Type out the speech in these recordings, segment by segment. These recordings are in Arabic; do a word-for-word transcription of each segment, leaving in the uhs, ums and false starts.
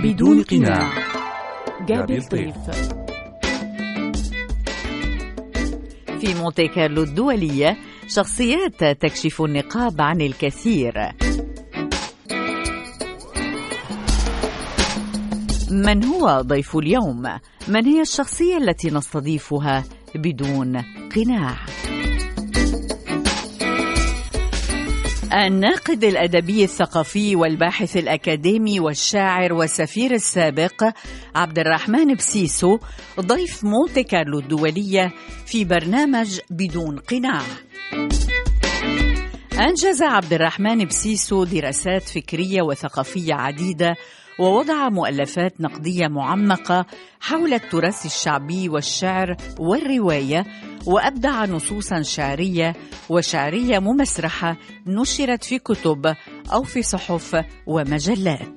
بدون قناع. جابي الطيف. في مونتي كارلو الدولية شخصيات تكشف النقاب عن الكثير. من هو ضيف اليوم؟ من هي الشخصية التي نستضيفها بدون قناع؟ الناقد الأدبي الثقافي والباحث الأكاديمي والشاعر والسفير السابق عبد الرحمن بسيسو ضيف مونتي كارلو الدولية في برنامج بدون قناع. أنجز عبد الرحمن بسيسو دراسات فكرية وثقافية عديدة، ووضع مؤلفات نقدية معمقة حول التراث الشعبي والشعر والرواية، وأبدع نصوصاً شعرية وشعرية ممسرحة نشرت في كتب أو في صحف ومجلات.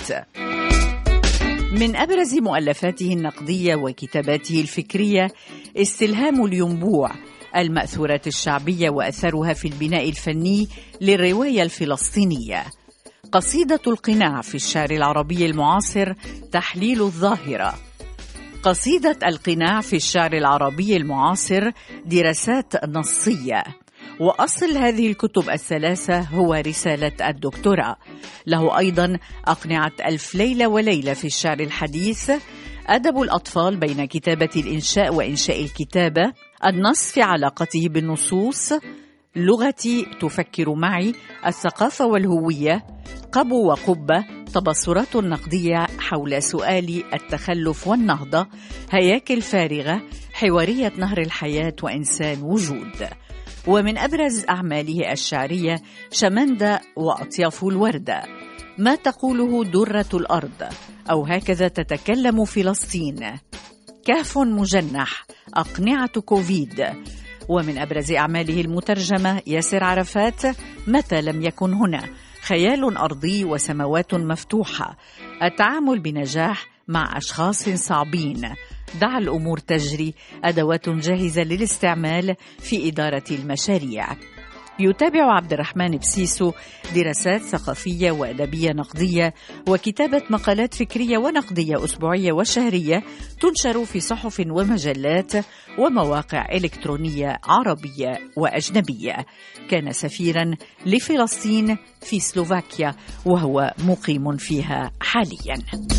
من أبرز مؤلفاته النقدية وكتاباته الفكرية استلهام الينبوع، المأثورات الشعبية وأثرها في البناء الفني للرواية الفلسطينية، قصيدة القناع في الشعر العربي المعاصر تحليل الظاهرة، قصيدة القناع في الشعر العربي المعاصر دراسات نصية. وأصل هذه الكتب الثلاثة هو رسالة الدكتوراه. له أيضا أقنعة ألف ليلة وليلة في الشعر الحديث، أدب الأطفال بين كتابة الإنشاء وإنشاء الكتابة، النص في علاقته بالنصوص، لغتي تفكر معي، الثقافة والهوية، قبو وقبة، تبصرات نقدية حول سؤال التخلف والنهضة، هياكل فارغة، حوارية نهر الحياة وإنسان وجود. ومن أبرز أعماله الشعرية شمندة وأطياف الوردة، ما تقوله درة الأرض، أو هكذا تتكلم فلسطين، كهف مجنح، أقنعة كوفيد. ومن أبرز أعماله المترجمة ياسر عرفات، متى لم يكن هنا، خيال أرضي وسماوات مفتوحة، التعامل بنجاح مع أشخاص صعبين، دع الأمور تجري، أدوات جاهزة للاستعمال في إدارة المشاريع. يتابع عبد الرحمن بسيسو دراسات ثقافية وأدبية نقدية وكتابة مقالات فكرية ونقدية أسبوعية وشهرية تنشر في صحف ومجلات ومواقع إلكترونية عربية وأجنبية. كان سفيرا لفلسطين في سلوفاكيا وهو مقيم فيها حاليا.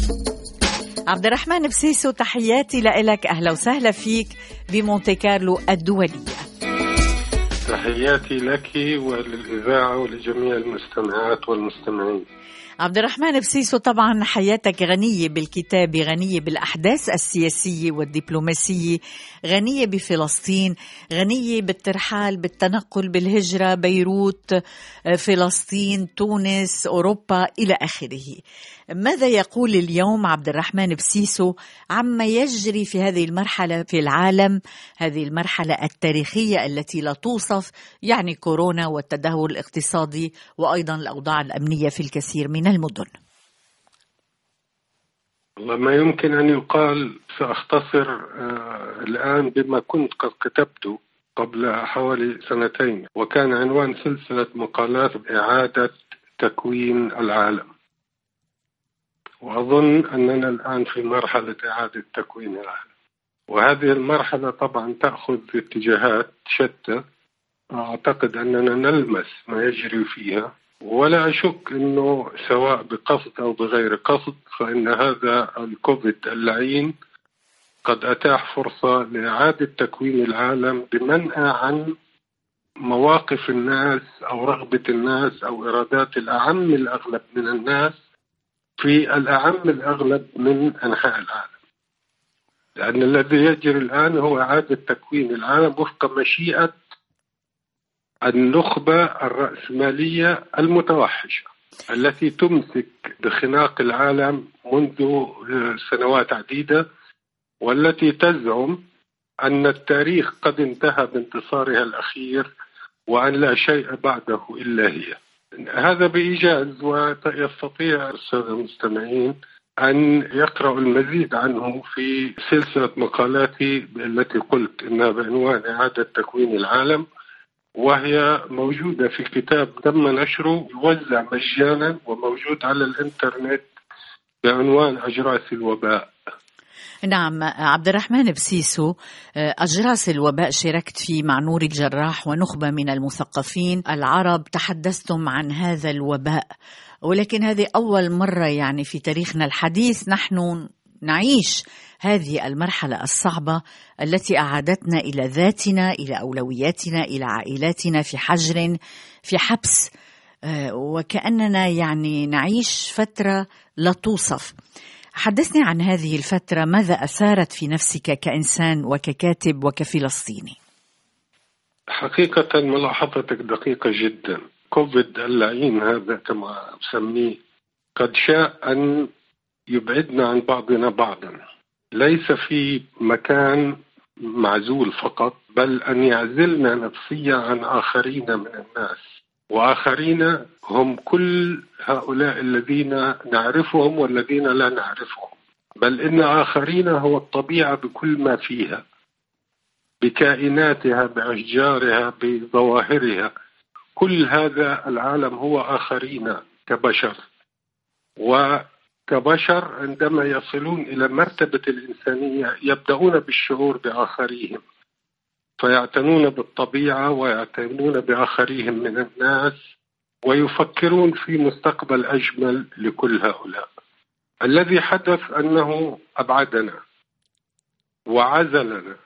عبد الرحمن بسيسو، تحياتي لك، أهلا وسهلا فيك بمونتي كارلو الدولية. تحياتي لك وللإذاعة ولجميع المستمعات والمستمعين. عبد الرحمن بسيسو، طبعا حياتك غنية بالكتابة، غنية بالأحداث السياسية والدبلوماسية، غنية بفلسطين، غنية بالترحال، بالتنقل، بالهجرة، بيروت، فلسطين، تونس، أوروبا إلى آخره. ماذا يقول اليوم عبد الرحمن بسيسو عما يجري في هذه المرحلة في العالم، هذه المرحلة التاريخية التي لا توصف، يعني كورونا والتدهور الاقتصادي وأيضا الأوضاع الأمنية في الكثير من المدن؟ والله ما يمكن أن يقال. سأختصر آه الآن بما كنت قد كتبته قبل حوالي سنتين، وكان عنوان سلسلة مقالات إعادة تكوين العالم. وأظن أننا الآن في مرحلة إعادة تكوين العالم، وهذه المرحلة طبعا تأخذ اتجاهات شتى. أعتقد أننا نلمس ما يجري فيها، ولا أشك أنه سواء بقصد أو بغير قصد فإن هذا الكوفيد اللعين قد أتاح فرصة لإعادة تكوين العالم بمنأى عن مواقف الناس أو رغبة الناس أو إرادات الأعم الأغلب من الناس في الأعم الأغلب من أنحاء العالم. لأن الذي يجري الآن هو إعادة تكوين العالم وفق مشيئة النخبة الرأسمالية المتوحشة التي تمسك بخناق العالم منذ سنوات عديدة، والتي تزعم أن التاريخ قد انتهى بانتصارها الأخير وأن لا شيء بعده إلا هي. هذا بإيجاز، ويستطيع السادة المستمعين أن يقرأوا المزيد عنه في سلسلة مقالاتي التي قلت إنها بعنوان إعادة تكوين العالم، وهي موجودة في كتاب تم نشره، يوزع مجانا وموجود على الإنترنت بعنوان أجراس الوباء. نعم عبد الرحمن بسيسو، أجراس الوباء شاركت فيه مع نور الجراح ونخبة من المثقفين العرب، تحدثتم عن هذا الوباء، ولكن هذه أول مرة يعني في تاريخنا الحديث نحن نعيش هذه المرحلة الصعبة التي أعادتنا إلى ذاتنا، إلى أولوياتنا، إلى عائلاتنا، في حجر، في حبس، وكأننا يعني نعيش فترة لا توصف. حدثني عن هذه الفترة، ماذا أثارت في نفسك كإنسان وككاتب وكفلسطيني؟ حقيقة ملاحظتك دقيقة جدا. كوفيد اللعين هذا كما أسميه قد شاء أن يبعدنا عن بعضنا بعضا، ليس في مكان معزول فقط، بل أن يعزلنا نفسيا عن آخرين من الناس، وآخرين هم كل هؤلاء الذين نعرفهم والذين لا نعرفهم، بل إن آخرين هو الطبيعة بكل ما فيها، بكائناتها، بأشجارها، بظواهرها. كل هذا العالم هو آخرين كبشر، وكبشر عندما يصلون إلى مرتبة الإنسانية يبدأون بالشعور بآخريهم، فيعتنون بالطبيعة ويعتنون بآخريهم من الناس، ويفكرون في مستقبل أجمل لكل هؤلاء. الذي حدث أنه أبعدنا وعزلنا،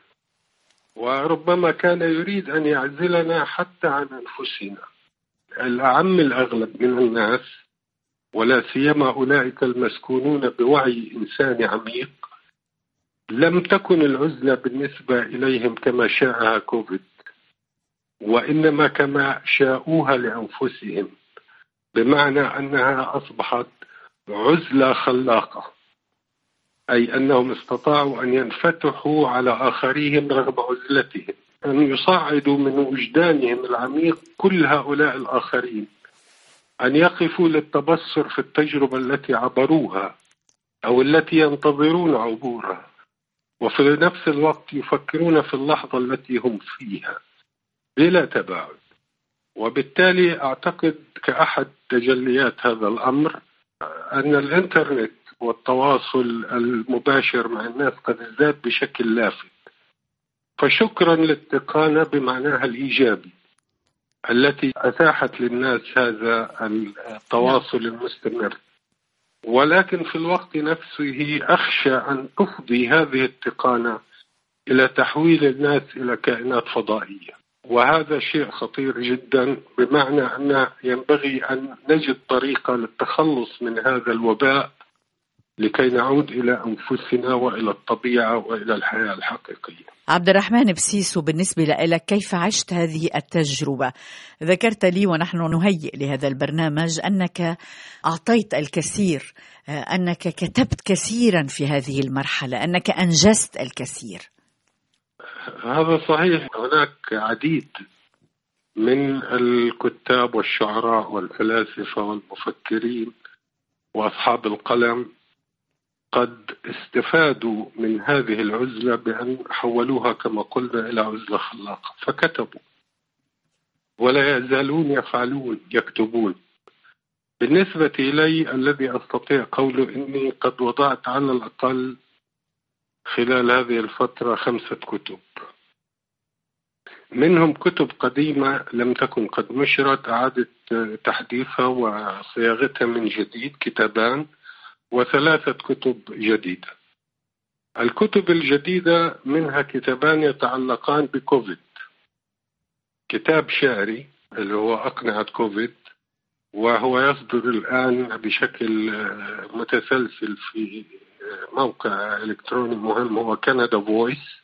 وربما كان يريد أن يعزلنا حتى عن أنفسنا. الأعم الأغلب من الناس، ولا سيما أولئك المسكونون بوعي إنساني عميق، لم تكن العزلة بالنسبة إليهم كما شاءها كوفيد، وإنما كما شاءوها لأنفسهم، بمعنى أنها أصبحت عزلة خلاقة، أي أنهم استطاعوا أن ينفتحوا على آخرين رغم عزلتهم، أن يصعدوا من وجدانهم العميق كل هؤلاء الآخرين، أن يقفوا للتبصر في التجربة التي عبروها أو التي ينتظرون عبورها، وفي نفس الوقت يفكرون في اللحظة التي هم فيها بلا تباعد. وبالتالي أعتقد كأحد تجليات هذا الأمر أن الإنترنت والتواصل المباشر مع الناس قد ازداد بشكل لافت، فشكرا للتقنية بمعناها الإيجابي التي أتاحت للناس هذا التواصل المستمر. ولكن في الوقت نفسه أخشى أن تفضي هذه التقنية إلى تحويل الناس إلى كائنات فضائية، وهذا شيء خطير جدا، بمعنى أن ينبغي أن نجد طريقة للتخلص من هذا الوباء لكي نعود إلى أنفسنا وإلى الطبيعة وإلى الحياة الحقيقية. عبد الرحمن بسيسو، بالنسبة لك كيف عشت هذه التجربة؟ ذكرت لي ونحن نهيئ لهذا البرنامج أنك أعطيت الكثير، أنك كتبت كثيرا في هذه المرحلة، أنك أنجزت الكثير. هذا صحيح. هناك عديد من الكتاب والشعراء والفلاسفة والمفكرين وأصحاب القلم قد استفادوا من هذه العزلة بأن حولوها كما قلنا إلى عزلة خلاقة، فكتبوا ولا يزالون يفعلون يكتبون. بالنسبة إلي الذي أستطيع قوله إني قد وضعت على الأقل خلال هذه الفترة خمسة كتب، منهم كتب قديمة لم تكن قد نشرت، أعادت تحديثها وصياغتها من جديد كتابان، وثلاثة كتب جديدة. الكتب الجديدة منها كتابان يتعلقان بكوفيد، كتاب شعري اللي هو أقنعة كوفيد، وهو يصدر الآن بشكل متسلسل في موقع إلكتروني مهم هو كندا فويس.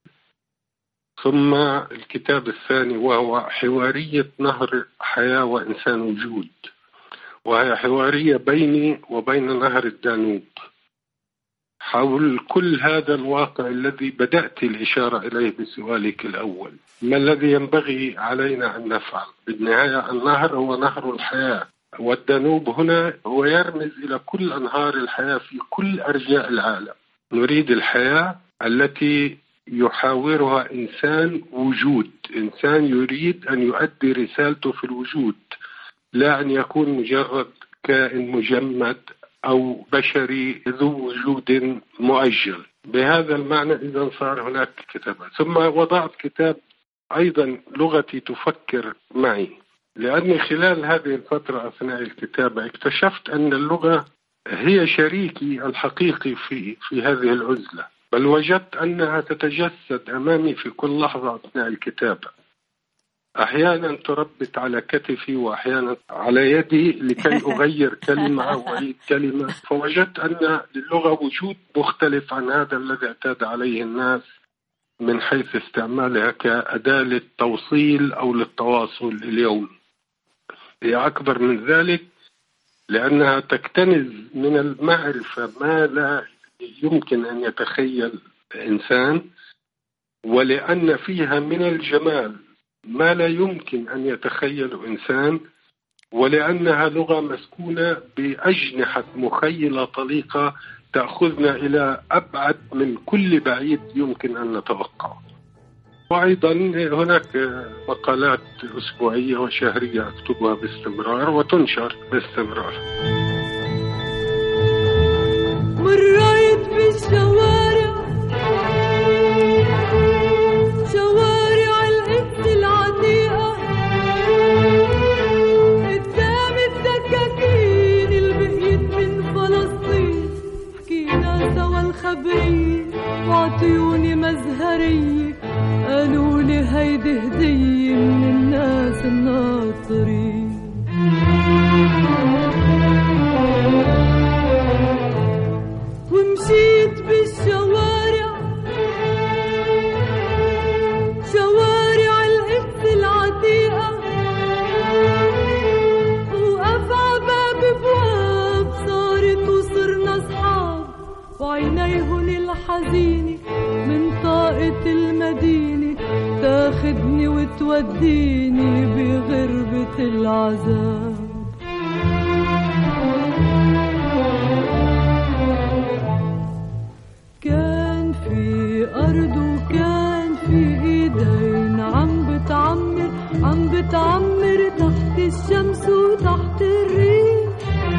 ثم الكتاب الثاني وهو حوارية نهر حياة وإنسان وجود، وهي حوارية بيني وبين نهر الدانوب حول كل هذا الواقع الذي بدأت الإشارة إليه بسؤالك الأول: ما الذي ينبغي علينا أن نفعل؟ بالنهاية النهر هو نهر الحياة، والدانوب هنا هو يرمز إلى كل أنهار الحياة في كل أرجاء العالم. نريد الحياة التي يحاورها إنسان وجود، إنسان يريد أن يؤدي رسالته في الوجود، لا أن يكون مجرد كائن مجمد أو بشري ذو وجود مؤجل. بهذا المعنى إذا صار هناك كتابات. ثم وضعت كتاب أيضا لغتي تفكر معي، لأني خلال هذه الفترة أثناء الكتابة اكتشفت أن اللغة هي شريكي الحقيقي في في هذه العزلة، بل وجدت أنها تتجسد أمامي في كل لحظة أثناء الكتابة. أحيانا تربت على كتفي وأحيانا على يدي لكي أغير كلمة أو أعيد كلمة، فوجدت أن للغة وجود مختلف عن هذا الذي اعتاد عليه الناس من حيث استعمالها كأداة للتوصيل أو للتواصل اليومي. هي أكبر من ذلك لأنها تكتنز من المعرفة ما لا يمكن أن يتخيل إنسان، ولأن فيها من الجمال ما لا يمكن أن يتخيل إنسان، ولأنها لغة مسكونة بأجنحة مخيلة طليقة تأخذنا إلى أبعد من كل بعيد يمكن أن نتوقعه. وأيضا هناك مقالات أسبوعية وشهرية أكتبها باستمرار وتنشر باستمرار. مريت بالشوارع، شوارع القدس العتيقة، قدام الدكاكين اللي بقيت من فلسطين، حكينا سوا الخبرية وعطيوني مزهرية، قالوا لي هيدي هدية من الناس الناطرين. ومشيت بالشوارع، شوارع القدس العتيقة، وقف عباب بواب صارت وصرنا أصحاب، وعينيهن الحزينة من طاقة المدينة تاخدني وتوديني بغربة العذاب. كان في أرض وكان في إيدين عم بتعمر، عم بتعمر تحت الشمس وتحت الريح،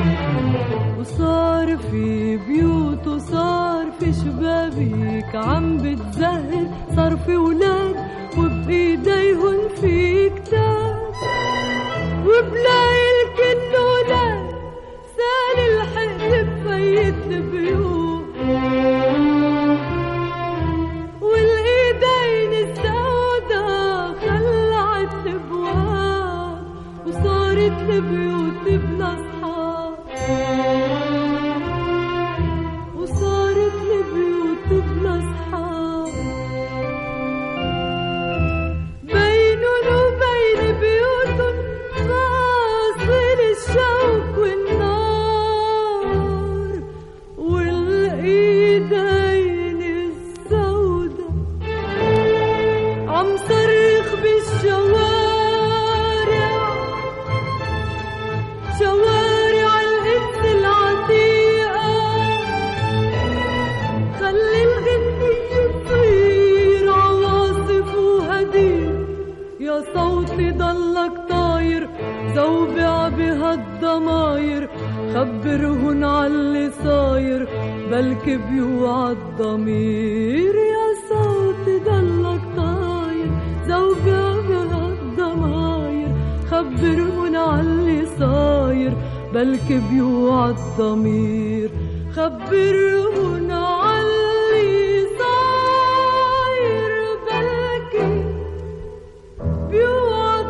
وصار في بيوت وصار في شبابيك عم بتزهر، صار في ولاد وبإيديهن في كتاب، وبلاقي الكل ولاد سال الحقد بفيت البيوت، والإيدين السودا خلعت الأبواب، وصارت البيوت بلا أصحاب، وصارت البيوت بلا أصحاب، بينن وبين بيوتن فاصل الشوك والنار، والإيدين السودا عم صرخ بالشوارع، شوارع القدس العتيقة، خلي الغنية تصير عواصف وهدير، يا صوتي ضلك طاير زوبع بهالضماير، خبرهن عاللي صاير بلكي بيوعى الضمير، يا صوتي ضلك طاير زوبع بهالضماير، خبرهن عاللي صاير بلكي بيوعى الضمير، خبرهن عاللي صاير بلكي بيوعى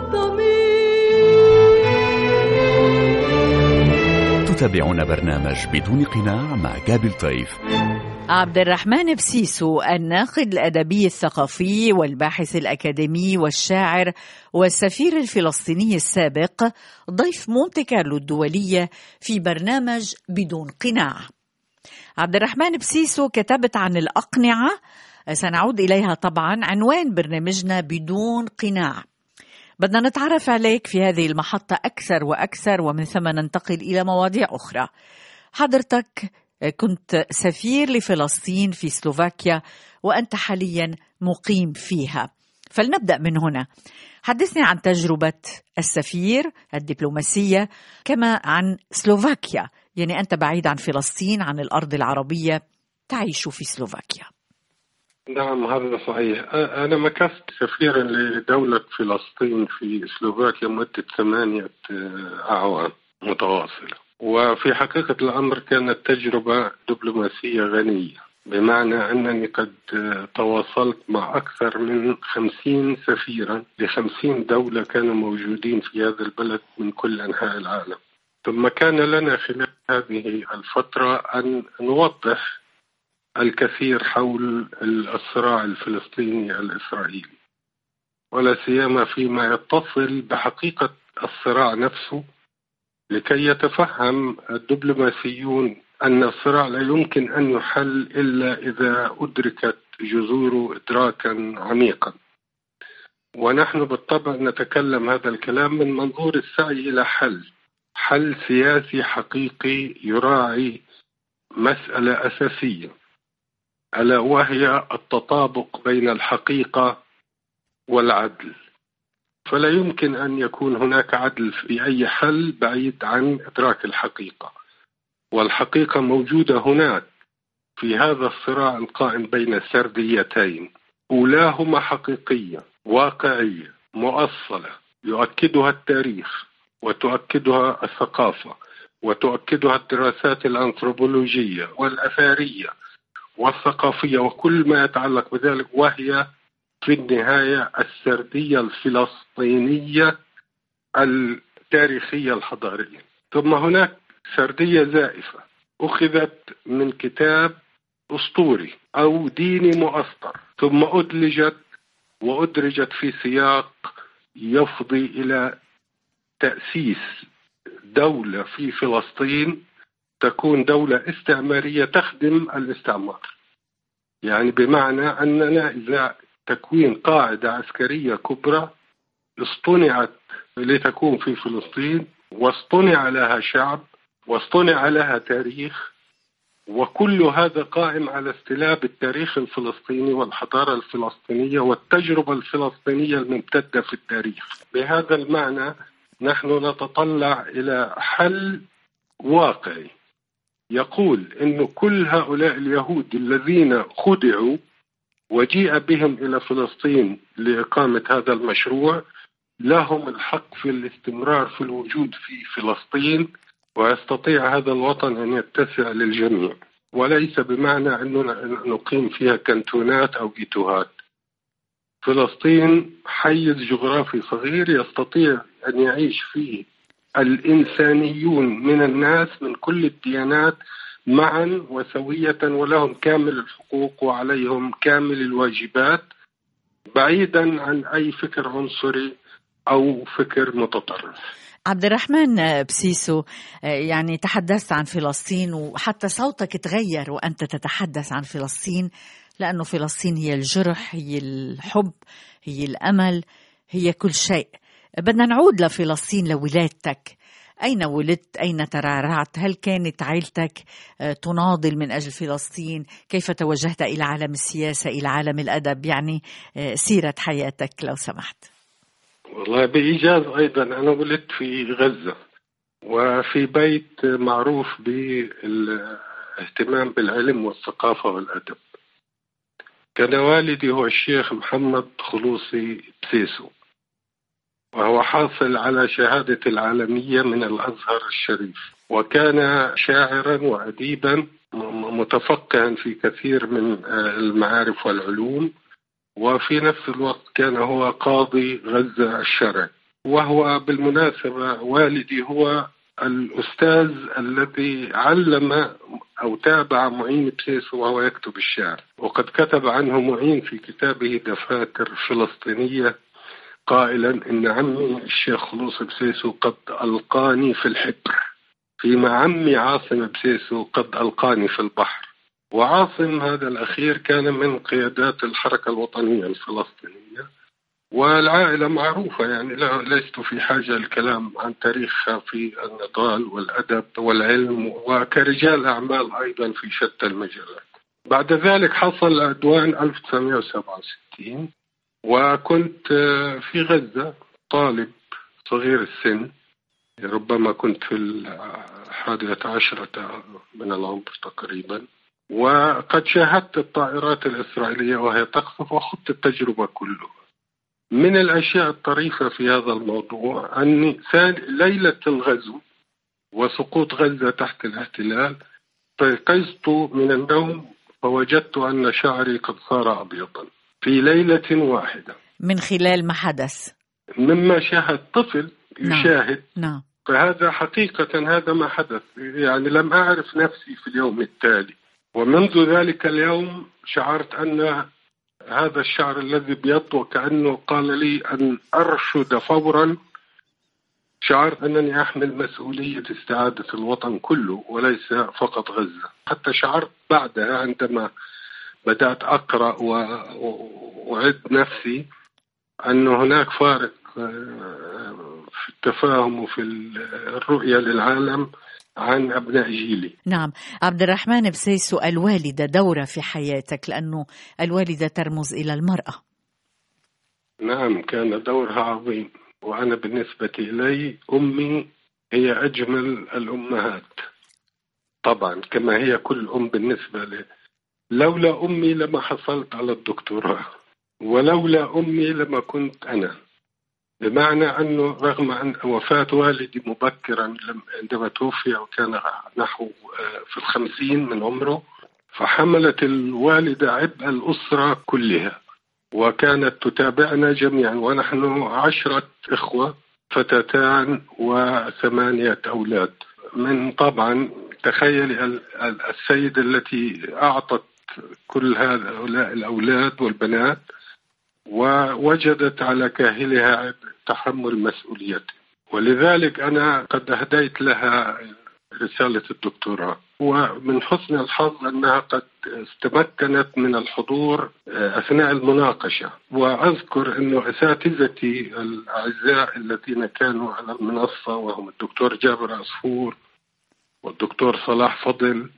الضمير. تتابعون برنامج بدون قناع مع جابل طيف. عبد الرحمن بسيسو، الناقد الأدبي الثقافي والباحث الأكاديمي والشاعر والسفير الفلسطيني السابق، ضيف مونتي كارلو الدولية في برنامج بدون قناع. عبد الرحمن بسيسو، كتبت عن الأقنعة، سنعود إليها طبعا. عنوان برنامجنا بدون قناع. بدنا نتعرف عليك في هذه المحطة أكثر وأكثر، ومن ثم ننتقل إلى مواضيع أخرى. حضرتك كنت سفير لفلسطين في سلوفاكيا وأنت حاليا مقيم فيها، فلنبدأ من هنا. حدثني عن تجربة السفير الدبلوماسية كما عن سلوفاكيا، يعني أنت بعيد عن فلسطين، عن الأرض العربية، تعيش في سلوفاكيا. نعم هذا صحيح. أنا مكثت سفيرا لدولة فلسطين في سلوفاكيا مدة ثمانية أعوام متواصلة، وفي حقيقة الأمر كانت تجربة دبلوماسية غنية، بمعنى أنني قد تواصلت مع أكثر من خمسين سفيرا لخمسين دولة كانوا موجودين في هذا البلد من كل أنحاء العالم. ثم كان لنا خلال هذه الفترة أن نوضح الكثير حول الصراع الفلسطيني الإسرائيلي، ولا سيما فيما يتصل بحقيقة الصراع نفسه، لكي يتفهم الدبلوماسيون أن الصراع لا يمكن أن يحل إلا إذا أدركت جذوره إدراكا عميقا. ونحن بالطبع نتكلم هذا الكلام من منظور السعي إلى حل حل سياسي حقيقي يراعي مسألة أساسية، ألا وهي التطابق بين الحقيقة والعدل. فلا يمكن أن يكون هناك عدل في أي حل بعيد عن إدراك الحقيقة، والحقيقة موجودة هناك في هذا الصراع القائم بين سرديتين، أولاهما حقيقية واقعية مؤصلة يؤكدها التاريخ وتؤكدها الثقافة وتؤكدها الدراسات الأنثروبولوجية والأثارية والثقافية وكل ما يتعلق بذلك، وهي في النهاية السردية الفلسطينية التاريخية الحضارية. ثم هناك سردية زائفة أخذت من كتاب أسطوري أو ديني مؤثر، ثم أدلجت وأدرجت في سياق يفضي إلى تأسيس دولة في فلسطين تكون دولة استعمارية تخدم الاستعمار. يعني بمعنى أننا إذا تكوين قاعدة عسكرية كبرى اصطنعت لتكون في فلسطين، واصطنع لها شعب، واصطنع لها تاريخ، وكل هذا قائم على استلاب التاريخ الفلسطيني والحضارة الفلسطينية والتجربة الفلسطينية الممتدة في التاريخ. بهذا المعنى نحن نتطلع إلى حل واقعي يقول إنه كل هؤلاء اليهود الذين خدعوا وجيء بهم إلى فلسطين لإقامة هذا المشروع لهم الحق في الاستمرار في الوجود في فلسطين، ويستطيع هذا الوطن أن يتسع للجميع، وليس بمعنى أنه نقيم فيها كنتونات أو جيتوهات. فلسطين حيز جغرافي صغير يستطيع أن يعيش فيه الإنسانيون من الناس من كل الديانات معا وسوية، ولهم كامل الحقوق وعليهم كامل الواجبات، بعيدا عن أي فكر عنصري أو فكر متطرف. عبد الرحمن بسيسو، يعني تحدثت عن فلسطين وحتى صوتك تغير وأنت تتحدث عن فلسطين، لأنه فلسطين هي الجرح، هي الحب، هي الأمل، هي كل شيء. بدنا نعود لفلسطين، لولادتك. أين ولدت؟ أين ترعرعت؟ هل كانت عائلتك تناضل من أجل فلسطين؟ كيف توجهت إلى عالم السياسة، إلى عالم الأدب؟ يعني سيرة حياتك لو سمحت. والله بإيجاز أيضا أنا ولدت في غزة، وفي بيت معروف بالاهتمام بالعلم والثقافة والأدب. كان والدي هو الشيخ محمد خلوصي بسيسو، وهو حاصل على شهادة العالمية من الأزهر الشريف، وكان شاعرا وأديبا متفقها في كثير من المعارف والعلوم، وفي نفس الوقت كان هو قاضي غزة الشرعي. وهو بالمناسبة والدي هو الأستاذ الذي علم أو تابع معين بسيسو وهو يكتب الشعر، وقد كتب عنه معين في كتابه دفاتر فلسطينية قائلا إن عمي الشيخ خلوص بسيسو قد ألقاني في الحبر، فيما عمي عاصم بسيسو قد ألقاني في البحر. وعاصم هذا الأخير كان من قيادات الحركة الوطنية الفلسطينية، والعائلة معروفة، يعني لست في حاجة الكلام عن تاريخها في النضال والأدب والعلم، وكرجال أعمال أيضا في شتى المجالات. بعد ذلك حصل عدوان ألف وتسعمائة وسبعة وستين، وكنت في غزة طالب صغير السن، ربما كنت في الحادية عشرة من العمر تقريبا، وقد شاهدت الطائرات الإسرائيلية وهي تقصف وخضت التجربة كلها. من الأشياء الطريفة في هذا الموضوع أني ليلة الغزو وسقوط غزة تحت الاحتلال استيقظت من النوم فوجدت أن شعري قد صار أبيضا في ليلة واحدة من خلال ما حدث، مما شاهد طفل يشاهد. نعم. نعم. فهذا حقيقة هذا ما حدث، يعني لم أعرف نفسي في اليوم التالي، ومنذ ذلك اليوم شعرت أن هذا الشعر الذي بيض وكأنه قال لي أن أرشد فورا. شعرت أنني أحمل مسؤولية استعادة الوطن كله وليس فقط غزة. حتى شعرت بعدها عندما بدأت أقرأ وأعد نفسي أن هناك فارق في التفاهم وفي الرؤية للعالم عن أبناء جيلي. نعم. عبد الرحمن بسيسو، الوالدة دورة في حياتك لأنه الوالدة ترمز إلى المرأة. نعم، كان دورها عظيم، وأنا بالنسبة إلي أمي هي أجمل الأمهات طبعا، كما هي كل أم بالنسبة لي. لولا أمي لما حصلت على الدكتوراه، ولولا أمي لما كنت أنا. بمعنى أنه رغم أن وفاة والدي مبكرا عندما توفي وكان نحو في الخمسين من عمره، فحملت الوالدة عبء الأسرة كلها، وكانت تتابعنا جميعا، ونحن عشرة إخوة، فتاتان وثمانية أولاد. من طبعا تخيل السيدة التي أعطت كل هؤلاء الأولاد والبنات ووجدت على كاهلها تحمل مسؤوليته، ولذلك أنا قد أهديت لها رسالة الدكتوراه. ومن حسن الحظ أنها قد استمكنت من الحضور أثناء المناقشة. وأذكر أنه أساتذتي الأعزاء الذين كانوا على المنصة وهم الدكتور جابر عصفور والدكتور صلاح فضل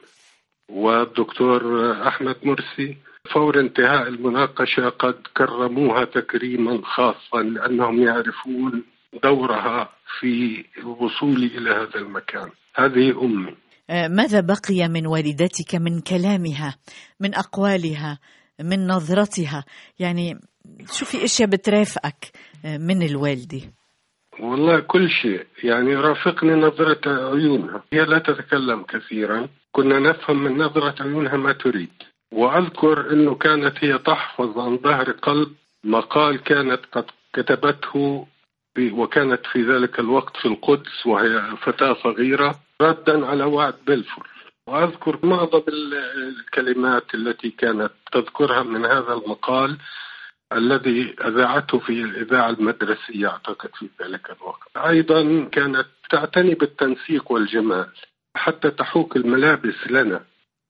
والدكتور أحمد مرسي، فور انتهاء المناقشة قد كرموها تكريما خاصا لأنهم يعرفون دورها في وصولي إلى هذا المكان. هذه أمي. ماذا بقي من والدتك من كلامها، من أقوالها، من نظرتها؟ يعني شو في أشياء بترافقك من الوالدة؟ والله كل شيء، يعني رافقني نظرة عيونها. هي لا تتكلم كثيرا، كنا نفهم من نظرة عيونها ما تريد. وأذكر أنه كانت هي تحفظ عن ظهر قلب مقال كانت قد كتبته، وكانت في ذلك الوقت في القدس وهي فتاة صغيرة، ردا على وعد بلفور. وأذكر معظم الكلمات التي كانت تذكرها من هذا المقال الذي أذاعته في الإذاعة المدرسية أعتقد في ذلك الوقت. أيضا كانت تعتني بالتنسيق والجمال، حتى تحوك الملابس لنا،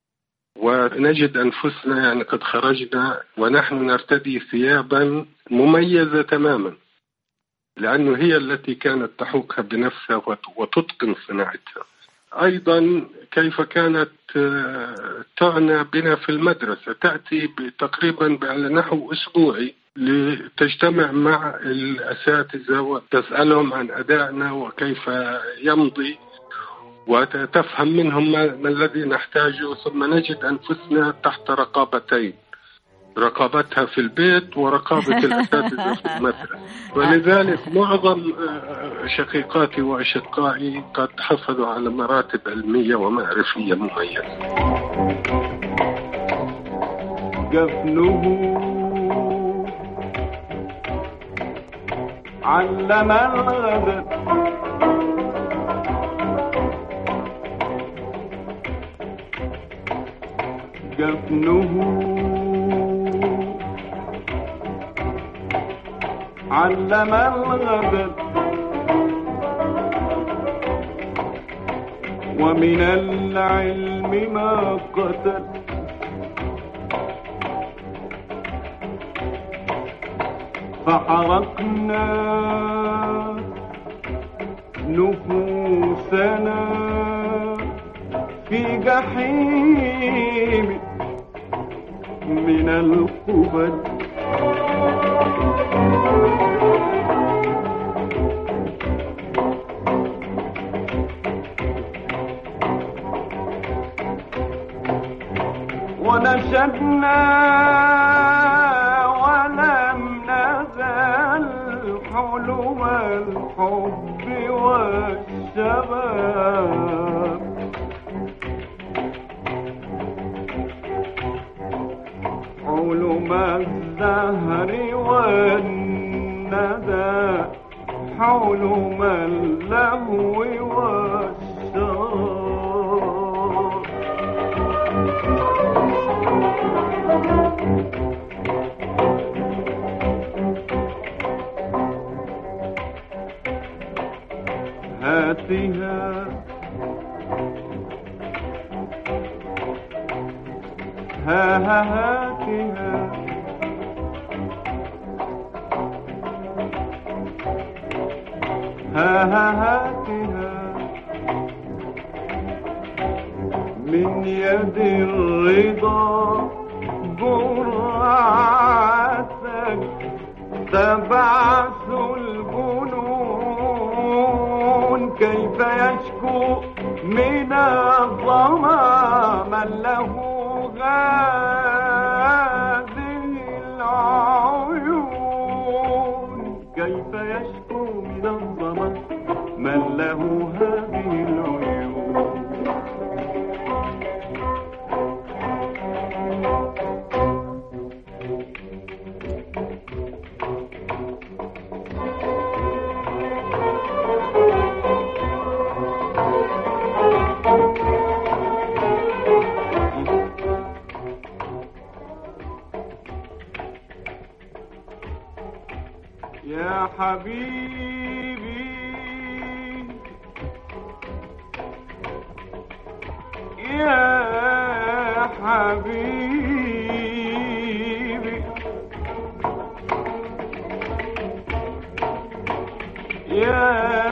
ونجد أنفسنا يعني قد خرجنا ونحن نرتدي ثيابا مميزة تماما، لأنه هي التي كانت تحوكها بنفسها وتتقن صناعتها. أيضا كيف كانت تعنى بنا في المدرسة، تأتي تقريبا على نحو أسبوعي لتجتمع مع الأساتذة وتسألهم عن أدائنا وكيف يمضي، وتفهم منهم ما الذي نحتاجه. ثم نجد أنفسنا تحت رقابتين، رقابتها في البيت ورقابة الأساتذة في المدرسة. ولذلك معظم شقيقاتي وأشقائي قد حصلوا على مراتب علمية ومعرفية مميزة. جفنه علم الغدر جفنه علم الغدر ومن العلم ما قتل فحرقنا نفوسنا في جحيم من القبل نشدنا ولم نزل حلم الحب والشباب حلم الزهر والندى حلم اللهو والشراب هاتها ها ها هاتها ها ها هاتها من يد الرضا جرعتك تبعث الجنون كيف يشكو من الظما من له هذه العيون كيف يشكو من الظما من له هذه العيون يا حبيبي يا حبيبي يا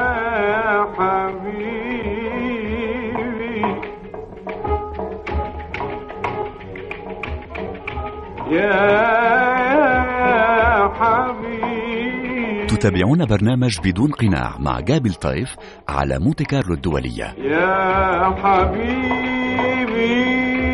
حبيبي يا تتابعون برنامج بدون قناع مع جابل طيف على مونتي كارلو الدولية. يا حبيبي.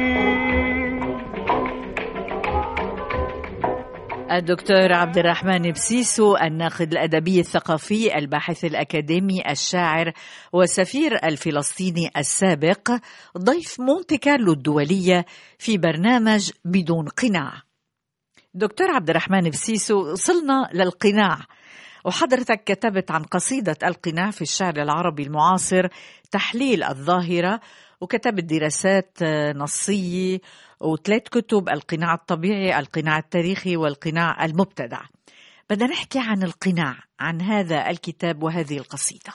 الدكتور عبد الرحمن بسيسو، الناقد الأدبي الثقافي، الباحث الأكاديمي، الشاعر وسفير الفلسطيني السابق، ضيف مونتي كارلو الدولية في برنامج بدون قناع. دكتور عبد الرحمن بسيسو، وصلنا للقناع، وحضرتك كتبت عن قصيدة القناع في الشعر العربي المعاصر تحليل الظاهرة، وكتبت دراسات نصية وثلاث كتب: القناع الطبيعي، القناع التاريخي، والقناع المبتدع. بدنا نحكي عن القناع، عن هذا الكتاب وهذه القصيدة.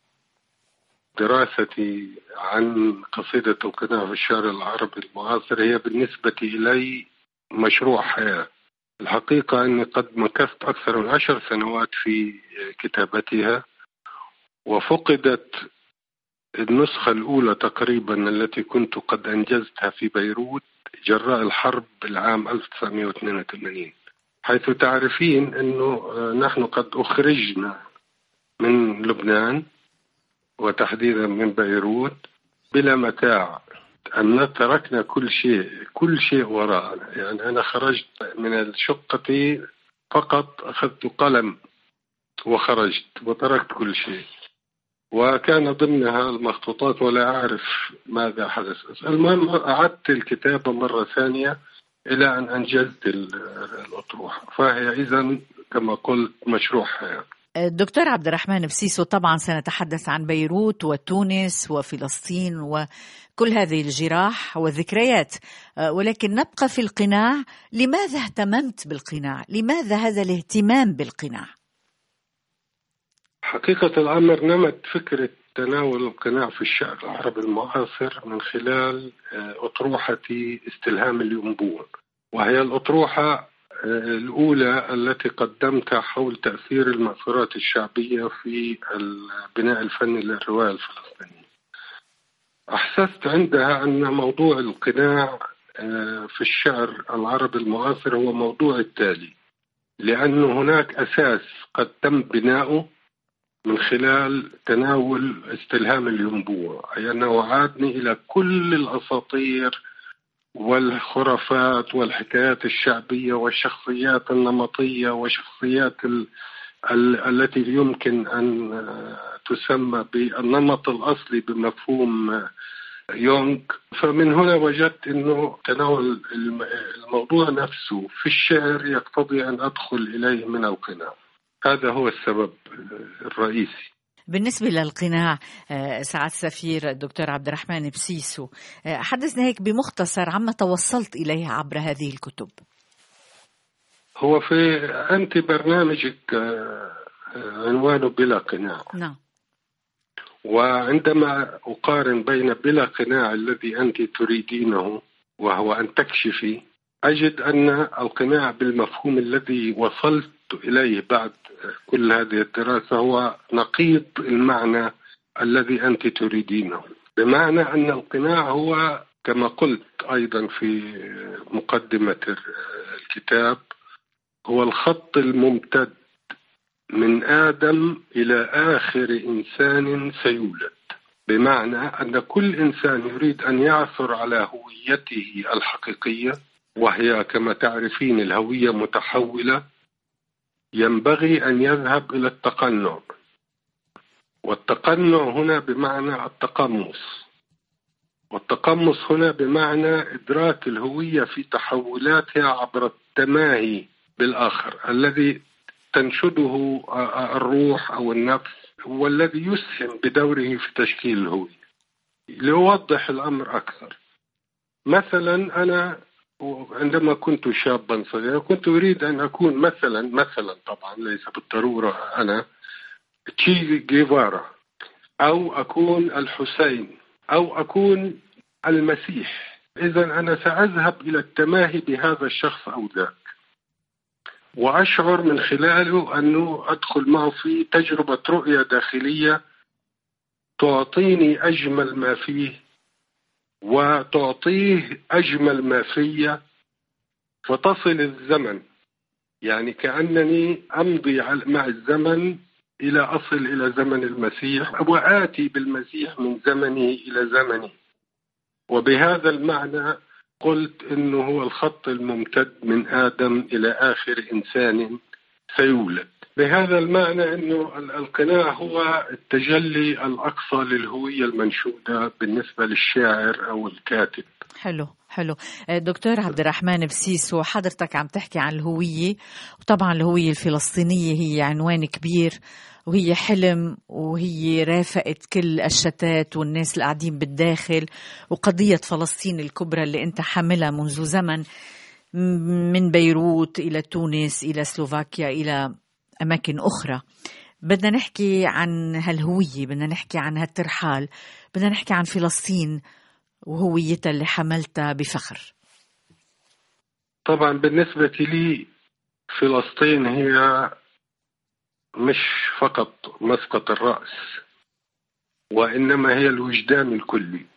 دراستي عن قصيدة القناع في الشعر العربي المعاصر هي بالنسبة إلي مشروع حياة. الحقيقة أني قد مكثت أكثر من عشر سنوات في كتابتها، وفقدت النسخة الأولى تقريبا التي كنت قد أنجزتها في بيروت جراء الحرب العام ألف وتسعمائة واثنين وثمانين، حيث تعرفين أنه نحن قد أخرجنا من لبنان وتحديدا من بيروت بلا متاع، أن تركنا كل شيء كل شيء وراءنا. يعني أنا خرجت من الشقة فقط أخذت قلم وخرجت وتركت كل شيء، وكان ضمنها المخطوطات ولا أعرف ماذا حدث. المهم أعدت الكتابة مرة ثانية إلى أن أنجزت الأطروحة، فهي إذن كما قلت مشروع حياة. الدكتور عبد الرحمن بسيسو، طبعا سنتحدث عن بيروت وتونس وفلسطين وكل هذه الجراح والذكريات، ولكن نبقى في القناع. لماذا اهتممت بالقناع؟ لماذا هذا الاهتمام بالقناع؟ حقيقة الأمر نمت فكرة تناول القناع في الشعر العربي المعاصر من خلال أطروحة استلهام الينبوع، وهي الأطروحة الأولى التي قدمتها حول تأثير المأثورات الشعبية في البناء الفني للرواية الفلسطينية. أحسست عندها أن موضوع القناع في الشعر العربي المعاصر هو موضوع التالي، لأن هناك أساس قد تم بناؤه من خلال تناول استلهام الينبوع، أي أنه عادني إلى كل الأساطير والخرافات والحكايات الشعبية والشخصيات النمطية وشخصيات ال... ال... التي يمكن أن تسمى بالنمط الأصلي بمفهوم يونغ. فمن هنا وجدت أنه تناول الموضوع نفسه في الشعر يقتضي أن أدخل إليه من القناع. هذا هو السبب الرئيسي. بالنسبة للقناع سعادة السفير الدكتور عبد الرحمن بسيسو، حدثنا هيك بمختصر عما توصلت إليه عبر هذه الكتب. هو في أنت برنامجك عنوانه بلا قناع. نعم. وعندما أقارن بين بلا قناع الذي أنت تريدينه وهو أن تكشفي، أجد أن القناع بالمفهوم الذي وصلت إليه بعد كل هذه الدراسة هو نقيض المعنى الذي أنت تريدينه، بمعنى أن القناع هو كما قلت أيضا في مقدمة الكتاب هو الخط الممتد من آدم إلى آخر إنسان سيولد، بمعنى أن كل إنسان يريد أن يعثر على هويته الحقيقية، وهي كما تعرفين الهوية متحولة، ينبغي أن يذهب إلى التقنع. والتقنع هنا بمعنى التقمص، والتقمص هنا بمعنى إدراك الهوية في تحولاتها عبر التماهي بالآخر الذي تنشده الروح أو النفس، والذي يسهم بدوره في تشكيل الهوية. لأوضح الأمر أكثر، مثلا أنا عندما كنت شابا صغيرا كنت أريد أن أكون مثلا مثلا طبعا ليس بالضرورة أنا تشي جيفارا، أو أكون الحسين، أو أكون المسيح. إذن أنا سأذهب إلى التماهي بهذا الشخص أو ذاك، وأشعر من خلاله أنه أدخل معه في تجربة رؤية داخلية تعطيني أجمل ما فيه وتعطيه أجمل ما فيه، فتصل الزمن، يعني كأنني أمضي مع الزمن إلى أصل إلى زمن المسيح، وآتي بالمسيح من زمنه إلى زمنه. وبهذا المعنى قلت إنه هو الخط الممتد من آدم إلى آخر إنسان سيولد. بهذا المعنى إنه القناع هو التجلي الأقصى للهوية المنشودة بالنسبة للشاعر أو الكاتب. حلو حلو. دكتور عبد الرحمن بسيسو، حضرتك عم تحكي عن الهوية، وطبعا الهوية الفلسطينية هي عنوان كبير، وهي حلم، وهي رافقة كل الشتات والناس اللي قاعدين بالداخل، وقضية فلسطين الكبرى اللي انت حاملها منذ زمن، من بيروت إلى تونس إلى سلوفاكيا إلى أماكن أخرى. بدنا نحكي عن هالهوية، بدنا نحكي عن هالترحال، بدنا نحكي عن فلسطين وهويتها اللي حملتها بفخر. طبعا بالنسبة لي فلسطين هي مش فقط مسقط الرأس، وإنما هي الوجدان الكلي.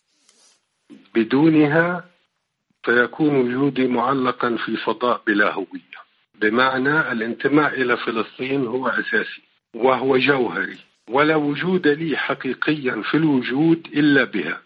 بدونها فيكون وجودي معلقا في فضاء بلا هوية، بمعنى الانتماء إلى فلسطين هو أساسي وهو جوهري، ولا وجود لي حقيقيا في الوجود إلا بها.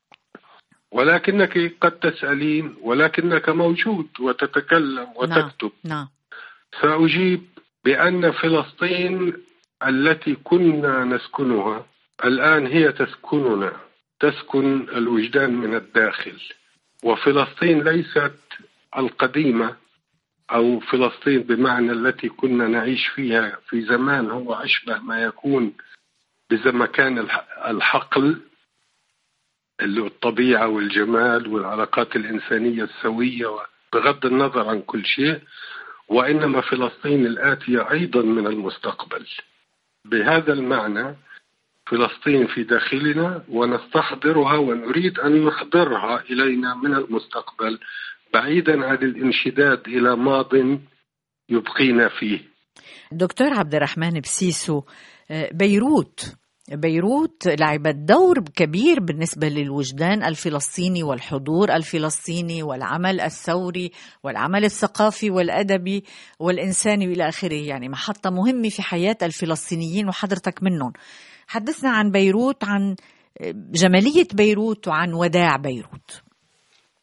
ولكنك قد تسألين ولكنك موجود وتتكلم وتكتب. نعم. نعم. سأجيب بأن فلسطين التي كنا نسكنها الآن هي تسكننا، تسكن الوجدان من الداخل. وفلسطين ليست القديمة أو فلسطين بمعنى التي كنا نعيش فيها في زمان هو أشبه ما يكون بزمكان الحقل، اللي الطبيعة والجمال والعلاقات الإنسانية السوية بغض النظر عن كل شيء، وإنما فلسطين الآتية أيضا من المستقبل. بهذا المعنى فلسطين في داخلنا ونستحضرها ونريد أن نحضرها إلينا من المستقبل، بعيدا عن الانشداد إلى ماض يبقينا فيه. دكتور عبد الرحمن بسيسو، بيروت بيروت لعبت دور كبير بالنسبة للوجدان الفلسطيني والحضور الفلسطيني والعمل الثوري والعمل الثقافي والأدبي والإنساني وإلى آخره، يعني محطة مهمة في حياة الفلسطينيين وحضرتك منهم. حدثنا عن بيروت، عن جمالية بيروت وعن وداع بيروت.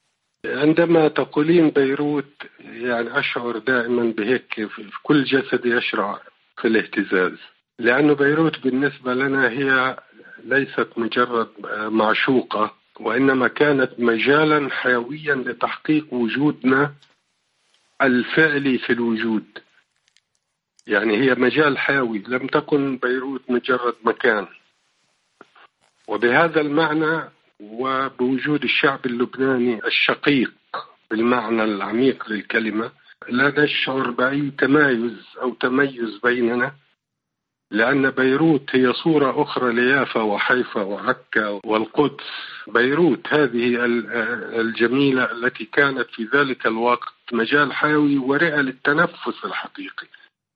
عندما تقولين بيروت يعني أشعر دائما بهيك، في كل جسدي يشعر في الاهتزاز، لأن بيروت بالنسبة لنا هي ليست مجرد معشوقة، وإنما كانت مجالا حيويا لتحقيق وجودنا الفعلي في الوجود. يعني هي مجال حيوي، لم تكن بيروت مجرد مكان. وبهذا المعنى وبوجود الشعب اللبناني الشقيق بالمعنى العميق للكلمة، لا نشعر بأي تمايز أو تميز بيننا، لأن بيروت هي صورة أخرى ليافا وحيفا وعكا والقدس. بيروت هذه الجميلة التي كانت في ذلك الوقت مجال حيوي ورئة للتنفس الحقيقي.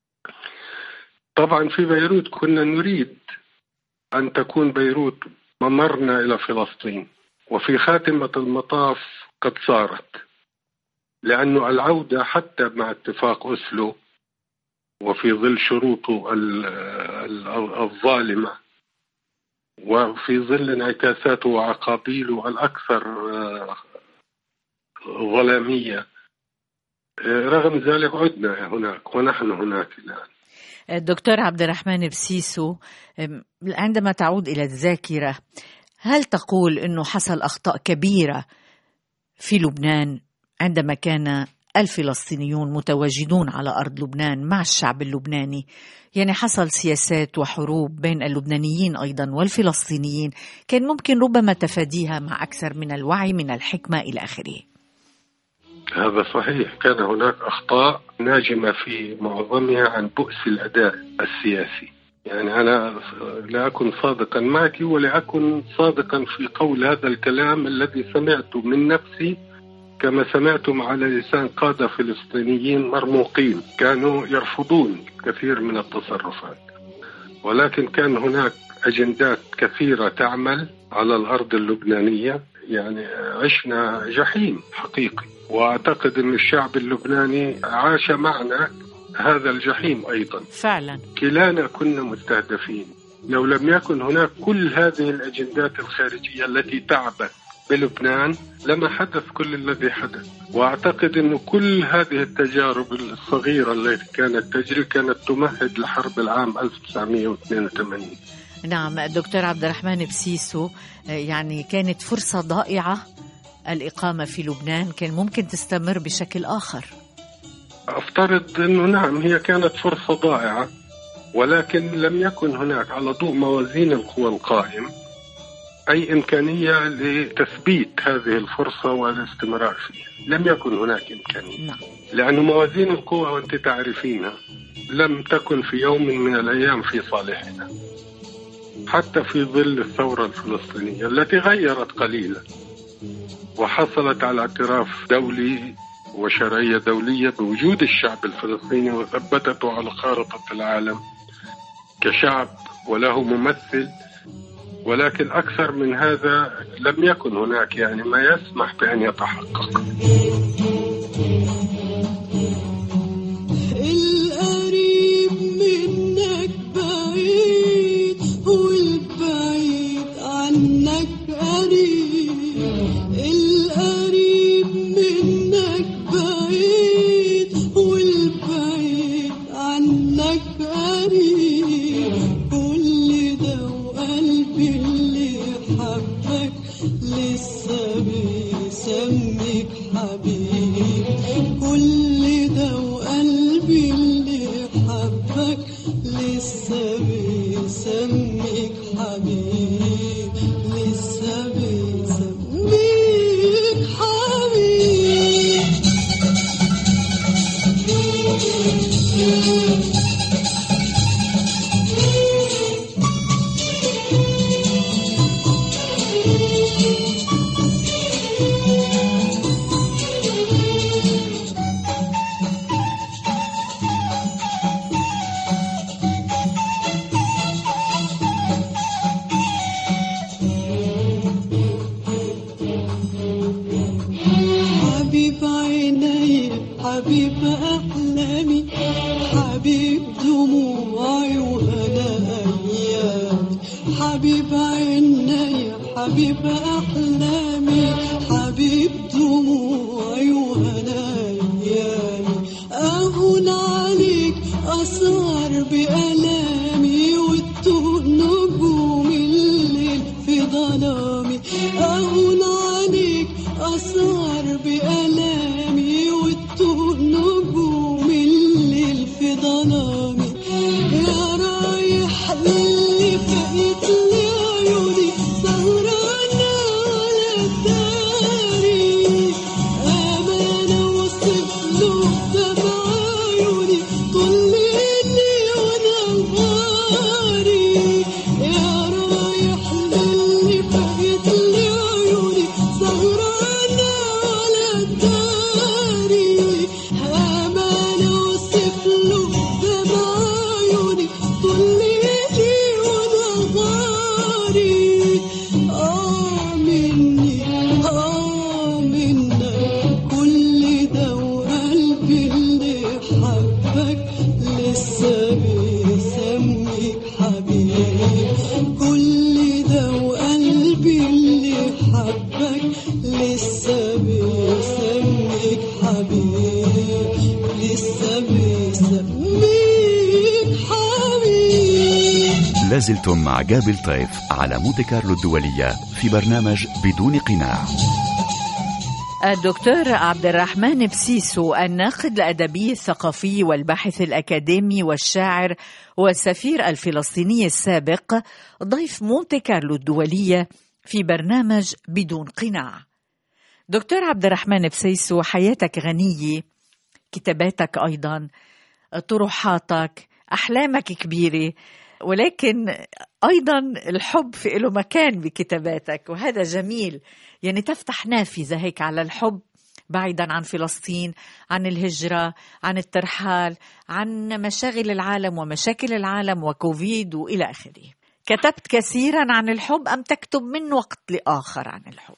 طبعا في بيروت كنا نريد أن تكون بيروت ممرنا إلى فلسطين، وفي خاتمة المطاف قد صارت، لأن العودة حتى مع اتفاق أسلو وفي ظل شروطه الظالمة وفي ظل انعكاساته وعقابيله الأكثر ظلامية، رغم ذلك عدنا هناك ونحن هناك الآن. الدكتور عبد الرحمن بسيسو، عندما تعود إلى الذاكرة، هل تقول أنه حصل أخطاء كبيرة في لبنان عندما كان الفلسطينيون متواجدون على أرض لبنان مع الشعب اللبناني؟ يعني حصل سياسات وحروب بين اللبنانيين أيضا والفلسطينيين كان ممكن ربما تفاديها مع أكثر من الوعي من الحكمة إلى آخره. هذا صحيح، كان هناك أخطاء ناجمة في معظمها عن بؤس الأداء السياسي. يعني أنا لا أكون صادقا معك ولا أكون صادقا في قول هذا الكلام الذي سمعته من نفسي، كما سمعتم على لسان قادة فلسطينيين مرموقين كانوا يرفضون كثير من التصرفات، ولكن كان هناك أجندات كثيرة تعمل على الأرض اللبنانية. يعني عشنا جحيم حقيقي، وأعتقد أن الشعب اللبناني عاش معنا هذا الجحيم أيضا فعلا. كلانا كنا مستهدفين. لو لم يكن هناك كل هذه الأجندات الخارجية التي تعبت بلبنان لما حدث كل الذي حدث. وأعتقد أن كل هذه التجارب الصغيرة التي كانت تجري كانت تمهد لحرب العام ألف وتسعمائة واثنين وثمانين. نعم الدكتور عبد الرحمن بسيسو، يعني كانت فرصة ضائعة الإقامة في لبنان، كان ممكن تستمر بشكل آخر. أفترض أنه نعم هي كانت فرصة ضائعة، ولكن لم يكن هناك على ضوء موازين القوى القائم أي إمكانية لتثبيت هذه الفرصة والاستمرار فيها. لم يكن هناك إمكانية. نعم. لأن موازين القوى وأنت تعرفينها لم تكن في يوم من الأيام في صالحنا، حتى في ظل الثورة الفلسطينية التي غيرت قليلا وحصلت على اعتراف دولي وشرعية دولية بوجود الشعب الفلسطيني وثبتته على خارطة العالم كشعب وله ممثل. ولكن أكثر من هذا لم يكن هناك يعني ما يسمح بأن يتحقق. القريب منك بعيد والبعيد عنك قريب، القريب منك بعيد والبعيد عنك قريب، كل ده وقلبي اللي حبك لسه بيسميك حبيب، كل ده وقلبي اللي حبك لسه بيسميك حبيب، لسه بيسميك حبيب. حبيب عيني حبيب أحلامي حبيب دموعي وهنا أيامي، حبيب عيني حبيب أحلامي حبيب دموعي أهون عليك أسهر بألامي وتطول نجوم الليل في ظلامي. يا رايح للي فقت لي عيوني سهرانة على الداري، أمانة وصف له دمع عيوني طول ليلي ونهاري. يا رايح للي فقت لي عيوني سهرانة على الداري، أمانة وصف له دمع عيوني طول ليلي ونهاري. آه مني آه منك كل ده وقلبي اللي حبك لسه بيسميك حبيب. كل ده وقلبي اللي حبك لسه بيسميك حبيب، لسه بيسميك حبيب. لازلتم مع جابل طيف على مونتي كارلو الدولية في برنامج بدون قناع. الدكتور عبد الرحمن بسيسو، الناقد الأدبي الثقافي والباحث الأكاديمي والشاعر والسفير الفلسطيني السابق، ضيف مونتي كارلو الدولية في برنامج بدون قناع. دكتور عبد الرحمن بسيسو، حياتك غنية، كتاباتك أيضا، طروحاتك، أحلامك كبيرة، ولكن أيضا الحب في له مكان بكتاباتك، وهذا جميل. يعني تفتح نافذة هيك على الحب بعيدا عن فلسطين، عن الهجرة، عن الترحال، عن مشاغل العالم ومشاكل العالم وكوفيد وإلى آخره. كتبت كثيرا عن الحب أم تكتب من وقت لآخر عن الحب؟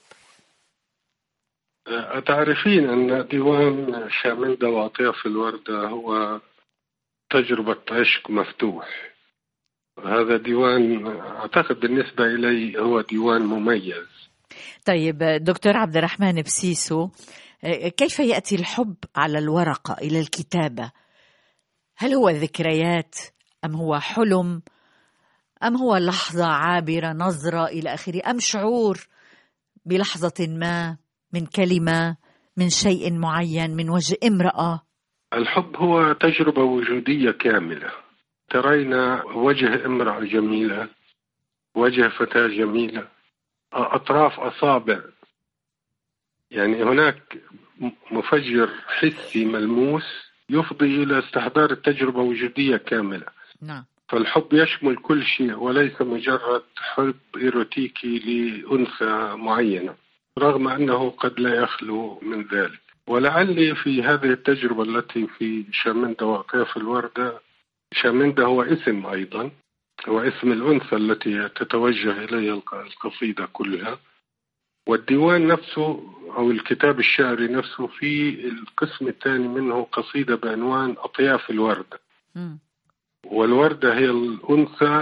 أتعرفين أن ديوان شامندة وأطياف الوردة هو تجربة عشق مفتوح. هذا ديوان أعتقد بالنسبة إلي هو ديوان مميز. طيب دكتور عبد الرحمن بسيسو، كيف يأتي الحب على الورقة إلى الكتابة؟ هل هو ذكريات أم هو حلم أم هو لحظة عابرة، نظرة إلى آخره، أم شعور بلحظة ما، من كلمة، من شيء معين، من وجه امرأة؟ الحب هو تجربة وجودية كاملة. ترين وجه امرأة جميلة، وجه فتاة جميلة، أطراف أصابع، يعني هناك مفجر حسي ملموس يفضي إلى استحضار التجربة وجودية كاملة. نعم. فالحب يشمل كل شيء وليس مجرد حب إيروتيكي لأنثى معينة، رغم أنه قد لا يخلو من ذلك. ولعلي في هذه التجربة التي في شامندة وأطياف الوردة، شامندة هو اسم أيضا، هو اسم الأنثى التي تتوجه إليها القصيدة كلها، والديوان نفسه أو الكتاب الشعري نفسه في القسم الثاني منه قصيدة بعنوان أطياف الوردة. م. والوردة هي الأنثى،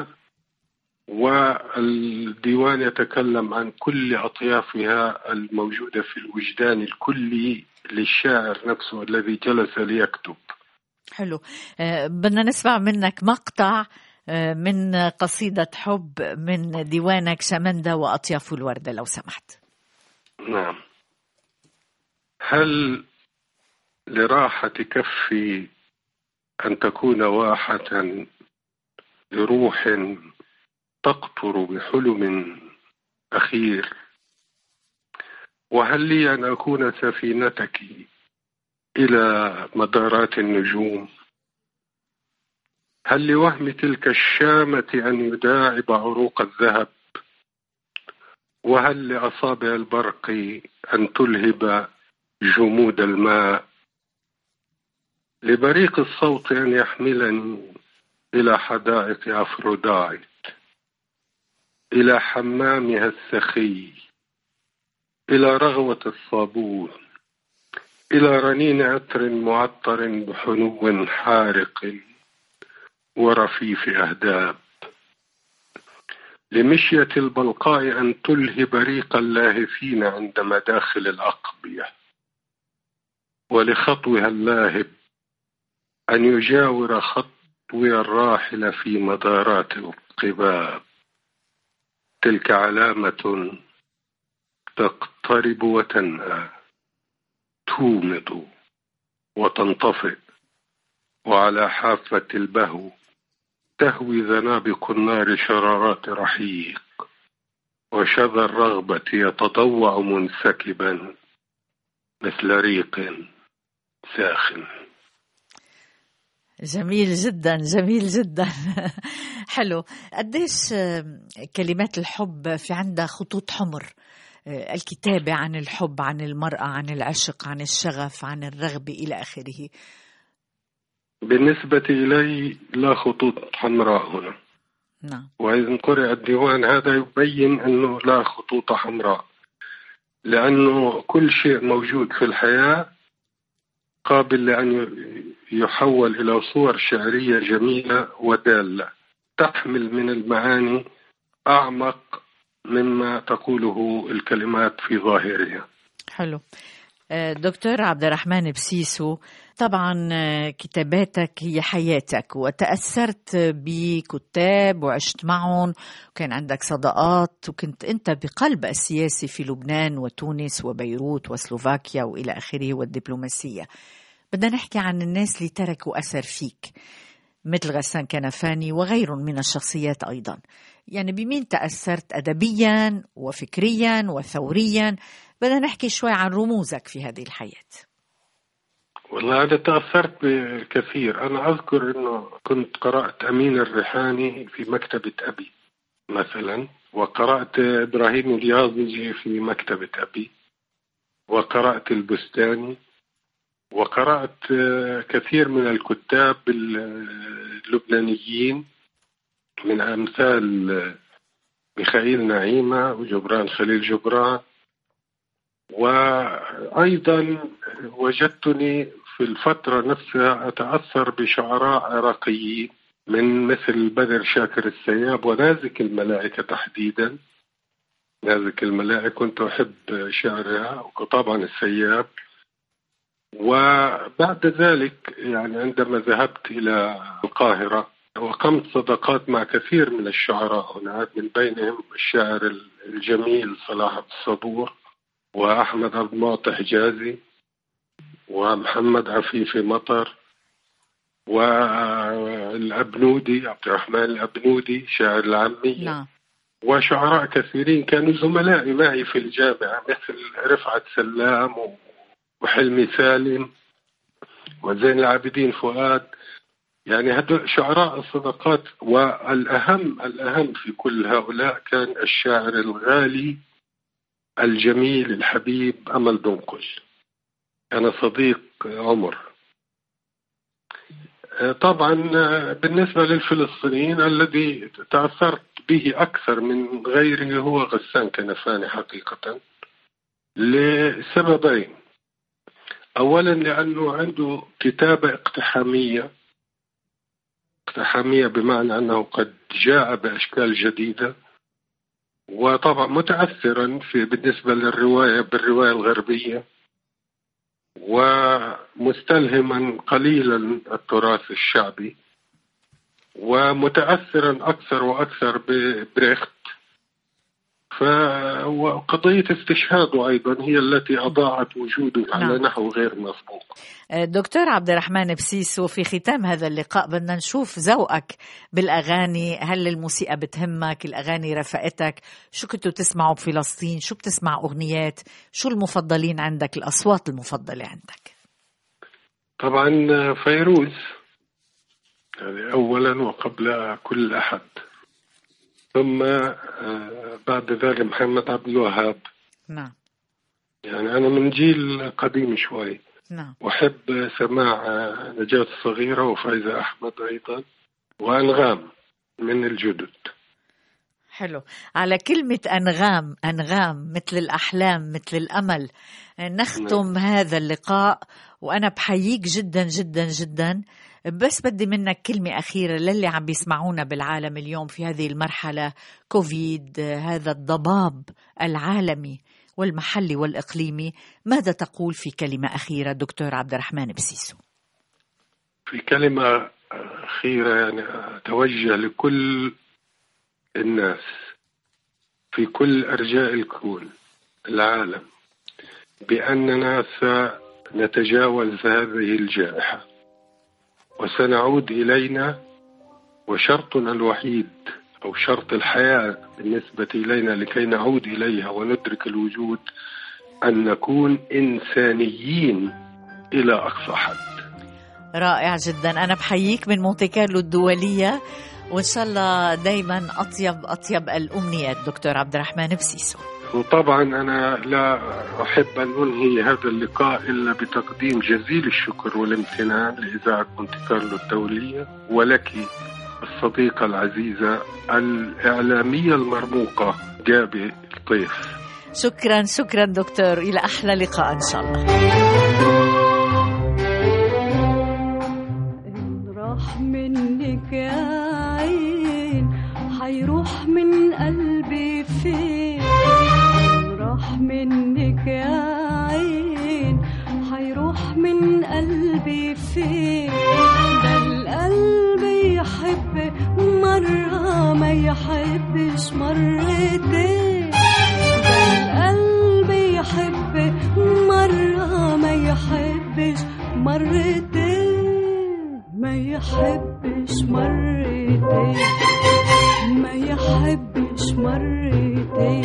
والديوان يتكلم عن كل أطيافها الموجودة في الوجدان الكلي للشاعر نفسه الذي جلس ليكتب. حلو. أه بدنا نسمع منك مقطع أه من قصيدة حب من ديوانك شامندة وأطياف الوردة لو سمحت. نعم. هل لراحة كفي أن تكون واحة لروح تقطر بحلم أخير؟ وهل لي أن أكون سفينتك إلى مدارات النجوم؟ هل لوهم تلك الشامة أن يداعب عروق الذهب؟ وهل لأصابع البرق أن تلهب جمود الماء؟ لبريق الصوت أن يحملني إلى حدائق أفروديت، إلى حمامها السخي، إلى رغوة الصابون، إلى رنين عطر معطر بحنو حارق ورفيف أهداب، لمشية البلقاء أن تلهب ريق اللاهفين عند مداخل الأقبية، ولخطوها اللاهب أن يجاور خطوي الراحل في مدارات القباب. تلك علامة تقترب وتنأى، تومض وتنطفئ، وعلى حافة البهو تهوي زنابق النار شرارات رحيق، وشذا الرغبة يتضوع منسكبا مثل ريق ساخن. جميل جدا، جميل جدا. حلو. قديش كلمات الحب في عندها خطوط حمر، الكتابة عن الحب، عن المرأة، عن العشق، عن الشغف، عن الرغبة إلى آخره. بالنسبة إلي لا خطوط حمراء هنا. نعم. وإذا قرأ الديوان هذا يبين أنه لا خطوط حمراء، لأنه كل شيء موجود في الحياة قابل لأن يحول إلى صور شعرية جميلة ودالة تحمل من المعاني أعمق مما تقوله الكلمات في ظاهرها. حلو. دكتور عبد الرحمن بسيسو، طبعا كتاباتك هي حياتك، وتأثرت بكتاب وعشت معهم، وكان عندك صداقات، وكنت أنت بقلب السياسي في لبنان وتونس وبيروت وسلوفاكيا وإلى آخره والدبلوماسية. بدنا نحكي عن الناس اللي تركوا أثر فيك مثل غسان كنفاني وغير من الشخصيات أيضا. يعني بمين تأثرت أدبيا وفكريا وثوريا؟ بدنا نحكي شوي عن رموزك في هذه الحياة. والله أنا تأثرت بكثير. أنا أذكر أنه كنت قرأت أمين الريحاني في مكتبة أبي مثلا، وقرأت إبراهيم الياضجي في مكتبة أبي، وقرأت البستاني، وقرأت كثير من الكتاب اللبنانيين من أمثال ميخائيل نعيمة وجبران خليل جبران. وأيضا وجدتني في الفترة نفسها أتأثر بشعراء عراقيين من مثل بدر شاكر السياب ونازك الملائكة تحديدا. نازك الملائكة كنت أحب شعرها، وطبعا السياب. وبعد ذلك يعني عندما ذهبت إلى القاهرة وقمت صداقات مع كثير من الشعراء هناك، من بينهم الشاعر الجميل صلاح الصبور، وأحمد عبد المعطي حجازي، ومحمد عفيفي مطر، والأبنودي عبد الرحمن الأبنودي شاعر العامية. نعم. وشعراء كثيرين كانوا زملائي معي في الجامعة مثل رفعت سلام وحلمي سالم وزين العابدين فؤاد. يعني هذول شعراء الصداقات. والأهم الأهم في كل هؤلاء كان الشاعر الغالي الجميل الحبيب أمل دنقل. أنا صديق عمر. طبعا بالنسبة للفلسطينيين الذي تأثرت به أكثر من غيره هو غسان كنفاني حقيقة، لسببين. أولا لأنه عنده كتابة اقتحامية، اقتحامية بمعنى أنه قد جاء بأشكال جديدة، وطبعا متأثرا في بالنسبة للرواية بالرواية الغربية، ومستلهما قليلا التراث الشعبي، ومتأثرا أكثر وأكثر ببريخت. فقضية استشهاده أيضا هي التي أضاعت وجوده على نعم. نحو غير مسبوق. دكتور عبد الرحمن بسيسو، في ختام هذا اللقاء بدنا نشوف ذوقك بالأغاني. هل الموسيقى بتهمك؟ الأغاني رفقتك؟ شو كنتوا تسمعوا بفلسطين؟ شو بتسمع أغنيات؟ شو المفضلين عندك؟ الأصوات المفضلة عندك؟ طبعا فيروز يعني أولا وقبل كل أحد، ثم بعد ذلك محمد عبد الوهاب. نعم. يعني أنا من جيل قديم شوي. نعم. وأحب سماع نجاة الصغيرة وفايزة أحمد أيضا، وأنغام من الجدد. حلو. على كلمة أنغام، أنغام مثل الأحلام مثل الأمل، نختم نعم. هذا اللقاء وأنا بحييك جدا جدا جدا. بس بدي منك كلمة أخيرة للي عم بيسمعونا بالعالم اليوم في هذه المرحلة كوفيد، هذا الضباب العالمي والمحلي والإقليمي. ماذا تقول في كلمة أخيرة دكتور عبد الرحمن بسيسو؟ في كلمة أخيرة يعني أتوجه لكل الناس في كل أرجاء الكون العالم بأننا سنتجاوز هذه الجائحة وسنعود إلينا، وشرطنا الوحيد أو شرط الحياة بالنسبة إلينا لكي نعود إليها وندرك الوجود أن نكون إنسانيين إلى أقصى حد. رائع جدا. أنا بحييك من مونتي كارلو الدولية، وإن شاء الله دايما أطيب أطيب الأمنيات دكتور عبد الرحمن بسيسو. وطبعا أنا لا أحب أن أنهي هذا اللقاء إلا بتقديم جزيل الشكر والامتنان لإذاعة مونتي كارلو الدولية، ولك الصديقة العزيزة الإعلامية المرموقة جابي الطيف. شكرا شكرا دكتور، إلى أحلى لقاء إن شاء الله. راح منك يا عين حيروح من قلبي فين، راح منك يا عين حيروح من قلبي فين، ده القلب يحب مرة ما يحبش مرتين، ده القلب يحب مرة ما يحبش مرتين، ما يحبش مرتين، ما يحبش مرتين.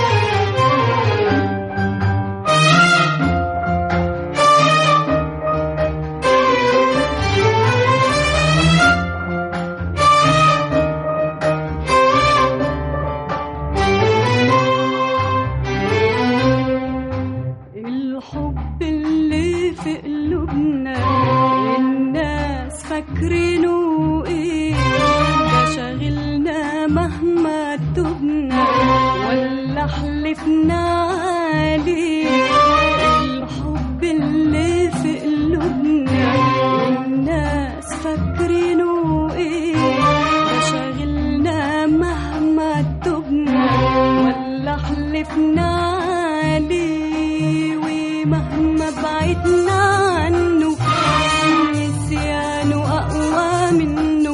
الحب اللي في قلوبنا الناس فاكرينه ايه، ده شاغلنا مهما تبنا ولا حلفنا عليه، الحب اللي في قلوبنا الناس فاكرينه ايه، ده شاغلنا مهما تبنا ولا حلفنا عليه، ومهما بعدنا عنه نسيانه أقوى منه،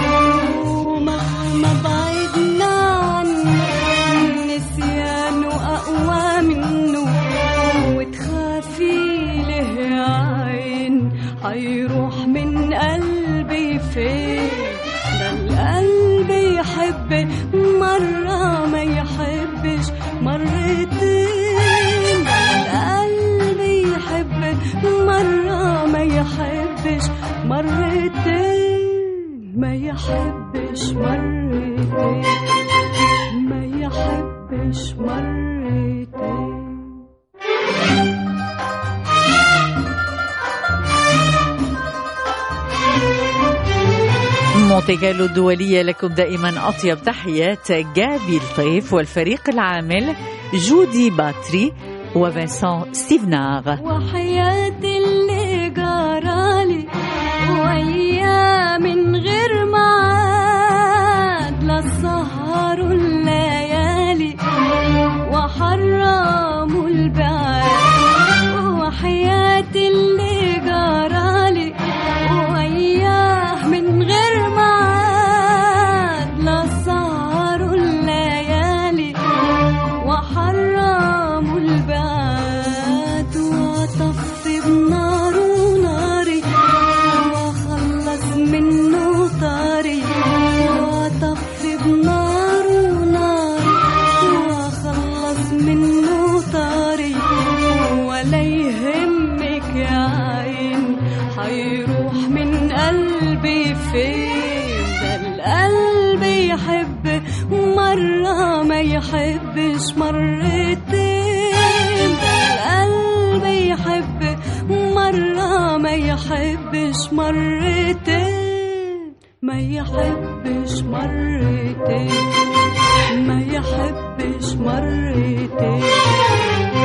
ومهما بعدنا عنه نسيانه أقوى منه، وتخافي له يا عين حيروح من قلبي فين، ده القلب يحب مرة ما يحبش مرتين، ده القلب يحب مرة ما يحبش مرتين، ما يحبش مرتين، ما يحبش مرتين. مونتي كارلو الدولية لكم دائما أطيب تحيات جابي الطيف والفريق العامل جودي باتري وفنسان ستيفنار. وحياتي اللي جرالي وأيام من غير معاد، لا السهر والليالي وحرموا البعاد، وحياتي اللي جرالي وأيام من غير معاد، لا السهر والليالي وحرموا البعاد، وأطفي بنار وناري وأخلص منه طاري، وأطفي بنار وناري وأخلص منه طاري، ولا يهمك يا عين حيروح من قلبي فين، ده القلب يحب مرة ما يحبش مرتين، ده القلب يحب مرة ما يحبش مرتين، ما يحبش مرتين، ما يحبش مرتين.